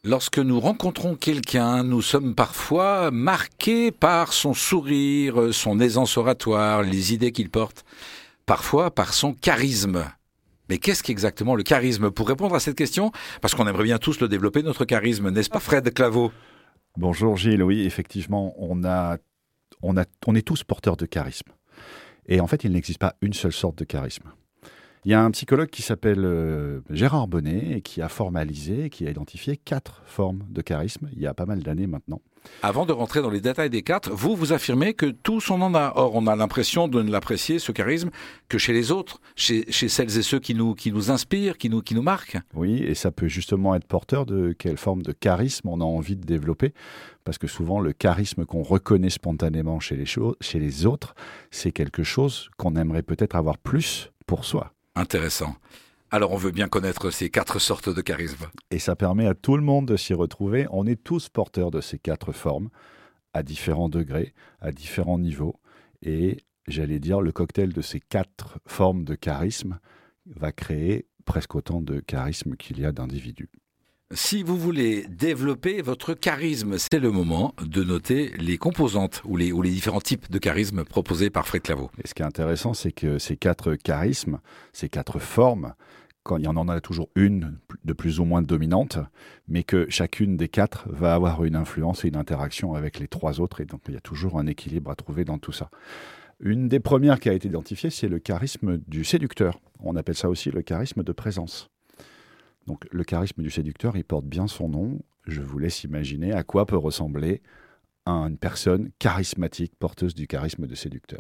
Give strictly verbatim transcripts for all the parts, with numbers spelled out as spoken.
Lorsque nous rencontrons quelqu'un, nous sommes parfois marqués par son sourire, son aisance oratoire, les idées qu'il porte, parfois par son charisme. Mais qu'est-ce qu'exactement le charisme? Pour répondre à cette question, parce qu'on aimerait bien tous le développer, notre charisme, n'est-ce pas Fred Claveau? Bonjour Gilles, oui, effectivement, on, a, on, a, on est tous porteurs de charisme. Et en fait, il n'existe pas une seule sorte de charisme. Il y a un psychologue qui s'appelle euh, Gérard Bonnet et qui a formalisé, qui a identifié quatre formes de charisme il y a pas mal d'années maintenant. Avant de rentrer dans les détails des quatre, vous, vous affirmez que tous on en a. Or, on a l'impression de ne l'apprécier, ce charisme, que chez les autres, chez, chez celles et ceux qui nous, qui nous inspirent, qui nous, qui nous marquent. Oui, et ça peut justement être porteur de quelle forme de charisme on a envie de développer. Parce que souvent, le charisme qu'on reconnaît spontanément chez les, cho- chez les autres, c'est quelque chose qu'on aimerait peut-être avoir plus pour soi. Intéressant. Alors, on veut bien connaître ces quatre sortes de charisme. Et ça permet à tout le monde de s'y retrouver. On est tous porteurs de ces quatre formes, à différents degrés, à différents niveaux. Et j'allais dire, le cocktail de ces quatre formes de charisme va créer presque autant de charisme qu'il y a d'individus. Si vous voulez développer votre charisme, c'est le moment de noter les composantes ou les, ou les différents types de charisme proposés par Fred Claveau. Et ce qui est intéressant, c'est que ces quatre charismes, ces quatre formes, quand il y en a toujours une de plus ou moins dominante, mais que chacune des quatre va avoir une influence et une interaction avec les trois autres, et donc il y a toujours un équilibre à trouver dans tout ça. Une des premières qui a été identifiée, c'est le charisme du séducteur. On appelle ça aussi le charisme de présence. Donc le charisme du séducteur, il porte bien son nom. Je vous laisse imaginer à quoi peut ressembler une personne charismatique, porteuse du charisme de séducteur.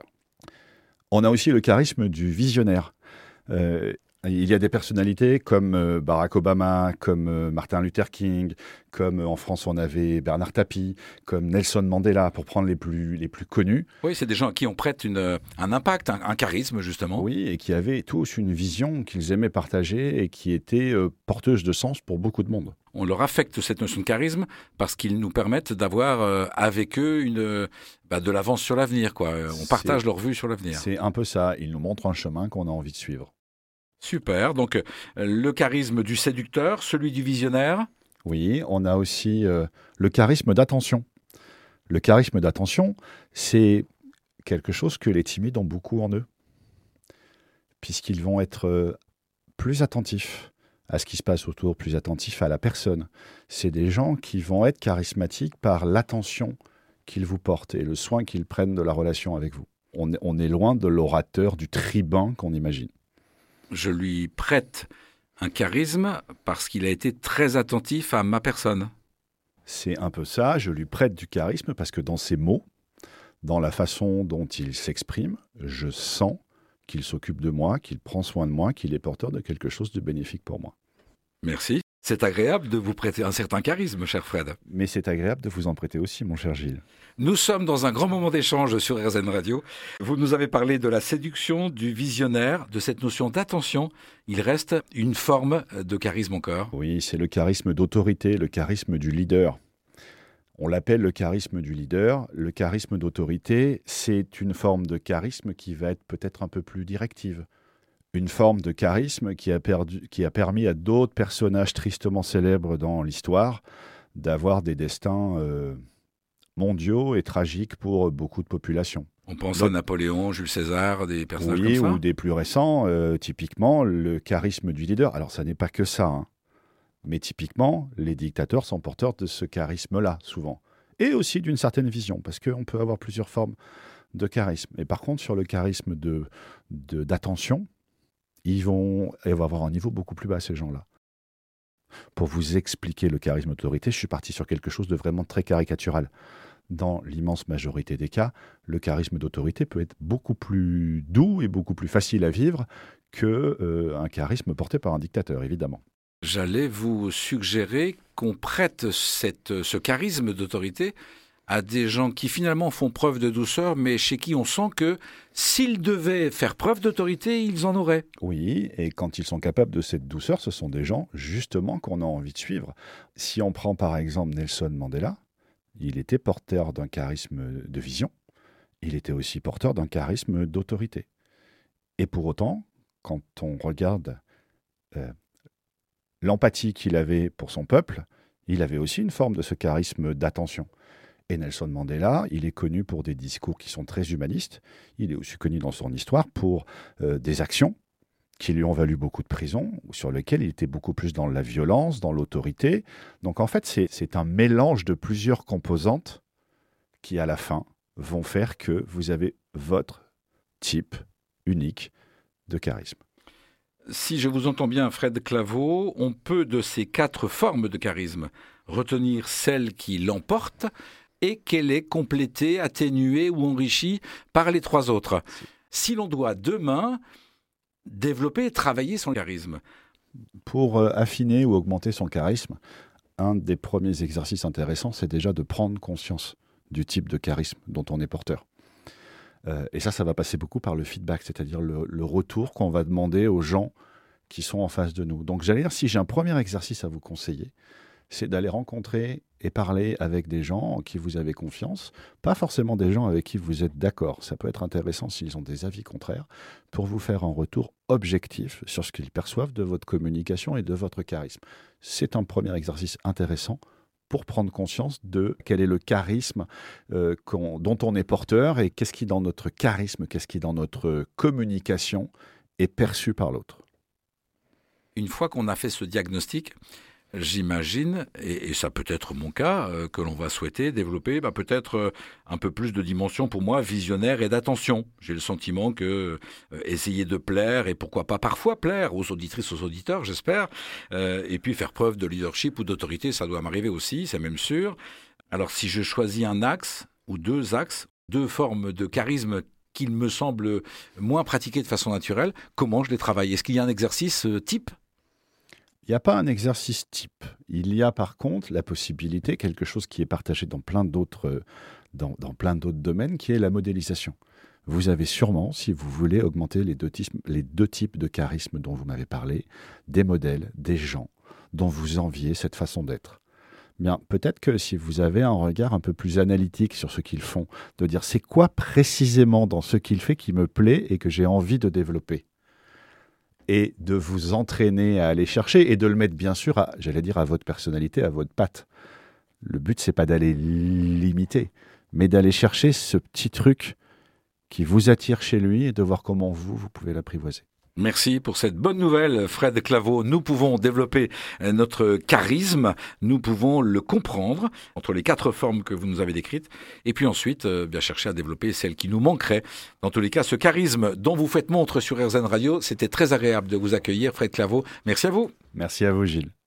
On a aussi le charisme du visionnaire. Euh, il y a des personnalités comme euh, Barack Obama, comme euh, Martin Luther King, comme euh, en France on avait Bernard Tapie, comme Nelson Mandela, pour prendre les plus, les plus connus. Oui, c'est des gens à qui on prête une, un impact, un, un charisme justement. Oui, et qui avaient tous une vision qu'ils aimaient partager et qui était euh, porteuse de sens pour beaucoup de monde. On leur affecte cette notion de charisme parce qu'ils nous permettent d'avoir euh, avec eux une, bah, de l'avance sur l'avenir, quoi. On partage C'est, leur vue sur l'avenir. C'est un peu ça. Ils nous montrent un chemin qu'on a envie de suivre. Super. Donc, euh, le charisme du séducteur, celui du visionnaire. Oui, on a aussi euh, le charisme d'attention. Le charisme d'attention, c'est quelque chose que les timides ont beaucoup en eux, puisqu'ils vont être euh, plus attentifs à ce qui se passe autour, plus attentifs à la personne. C'est des gens qui vont être charismatiques par l'attention qu'ils vous portent et le soin qu'ils prennent de la relation avec vous. On, on est loin de l'orateur, du tribun qu'on imagine. Je lui prête un charisme parce qu'il a été très attentif à ma personne. C'est un peu ça, je lui prête du charisme parce que dans ses mots, dans la façon dont il s'exprime, je sens qu'il s'occupe de moi, qu'il prend soin de moi, qu'il est porteur de quelque chose de bénéfique pour moi. Merci. C'est agréable de vous prêter un certain charisme, cher Fred. Mais c'est agréable de vous en prêter aussi, mon cher Gilles. Nous sommes dans un grand moment d'échange sur R Z N Radio. Vous nous avez parlé de la séduction, du visionnaire, de cette notion d'attention. Il reste une forme de charisme encore. Oui, c'est le charisme d'autorité, le charisme du leader. On l'appelle le charisme du leader. Le charisme d'autorité, c'est une forme de charisme qui va être peut-être un peu plus directive. Une forme de charisme qui a, perdu, qui a permis à d'autres personnages tristement célèbres dans l'histoire d'avoir des destins euh, mondiaux et tragiques pour beaucoup de populations. On pense Donc, à Napoléon, Jules César, des personnages oui, comme ça. ou des plus récents, euh, typiquement le charisme du leader. Alors ça n'est pas que ça, hein. Mais typiquement, les dictateurs sont porteurs de ce charisme-là, souvent. Et aussi d'une certaine vision, parce qu'on peut avoir plusieurs formes de charisme. Et par contre, sur le charisme de, de, d'attention, ils vont, ils vont avoir un niveau beaucoup plus bas, ces gens-là. Pour vous expliquer le charisme d'autorité, je suis parti sur quelque chose de vraiment très caricatural. Dans l'immense majorité des cas, le charisme d'autorité peut être beaucoup plus doux et beaucoup plus facile à vivre qu'un euh, charisme porté par un dictateur, évidemment. J'allais vous suggérer qu'on prête cette, ce charisme d'autorité à des gens qui finalement font preuve de douceur, mais chez qui on sent que s'ils devaient faire preuve d'autorité, ils en auraient. Oui, et quand ils sont capables de cette douceur, ce sont des gens justement qu'on a envie de suivre. Si on prend par exemple Nelson Mandela, il était porteur d'un charisme de vision, il était aussi porteur d'un charisme d'autorité. Et pour autant, quand on regarde euh, l'empathie qu'il avait pour son peuple, il avait aussi une forme de ce charisme d'attention. Et Nelson Mandela, il est connu pour des discours qui sont très humanistes. Il est aussi connu dans son histoire pour euh, des actions qui lui ont valu beaucoup de prison, sur lesquelles il était beaucoup plus dans la violence, dans l'autorité. Donc en fait, c'est, c'est un mélange de plusieurs composantes qui, à la fin, vont faire que vous avez votre type unique de charisme. Si je vous entends bien, Fred Claveau, on peut de ces quatre formes de charisme retenir celle qui l'emporte et qu'elle est complétée, atténuée ou enrichie par les trois autres. Si l'on doit demain développer et travailler son charisme. Pour euh, affiner ou augmenter son charisme, un des premiers exercices intéressants, c'est déjà de prendre conscience du type de charisme dont on est porteur. Euh, et ça, ça va passer beaucoup par le feedback, c'est-à-dire le, le retour qu'on va demander aux gens qui sont en face de nous. Donc j'allais dire, si j'ai un premier exercice à vous conseiller, c'est d'aller rencontrer et parler avec des gens en qui vous avez confiance, pas forcément des gens avec qui vous êtes d'accord. Ça peut être intéressant s'ils ont des avis contraires, pour vous faire un retour objectif sur ce qu'ils perçoivent de votre communication et de votre charisme. C'est un premier exercice intéressant pour prendre conscience de quel est le charisme euh, qu'on, dont on est porteur et qu'est-ce qui, dans notre charisme, qu'est-ce qui, dans notre communication, est perçu par l'autre. Une fois qu'on a fait ce diagnostic, j'imagine, et, et ça peut être mon cas, euh, que l'on va souhaiter développer bah, peut-être euh, un peu plus de dimension pour moi visionnaire et d'attention. J'ai le sentiment que euh, essayer de plaire, et pourquoi pas parfois plaire aux auditrices, aux auditeurs, j'espère, euh, et puis faire preuve de leadership ou d'autorité, ça doit m'arriver aussi, c'est même sûr. Alors si je choisis un axe ou deux axes, deux formes de charisme qu'il me semble moins pratiquer de façon naturelle, comment je les travaille? Est-ce qu'il y a un exercice euh, type? Il n'y a pas un exercice type. Il y a par contre la possibilité, quelque chose qui est partagé dans plein d'autres, dans, dans plein d'autres domaines, qui est la modélisation. Vous avez sûrement, si vous voulez augmenter les deux, types, les deux types de charisme dont vous m'avez parlé, des modèles, des gens dont vous enviez cette façon d'être. Bien, peut-être que si vous avez un regard un peu plus analytique sur ce qu'ils font, de dire c'est quoi précisément dans ce qu'il fait qui me plaît et que j'ai envie de développer, et de vous entraîner à aller chercher et de le mettre bien sûr, à, j'allais dire, à votre personnalité, à votre patte. Le but, c'est pas d'aller l'imiter, mais d'aller chercher ce petit truc qui vous attire chez lui et de voir comment vous, vous pouvez l'apprivoiser. Merci pour cette bonne nouvelle, Fred Claveau. Nous pouvons développer notre charisme, nous pouvons le comprendre entre les quatre formes que vous nous avez décrites, et puis ensuite euh, bien chercher à développer celle qui nous manquerait. Dans tous les cas, ce charisme dont vous faites montre sur R Z N Radio, c'était très agréable de vous accueillir, Fred Claveau. Merci à vous. Merci à vous, Gilles.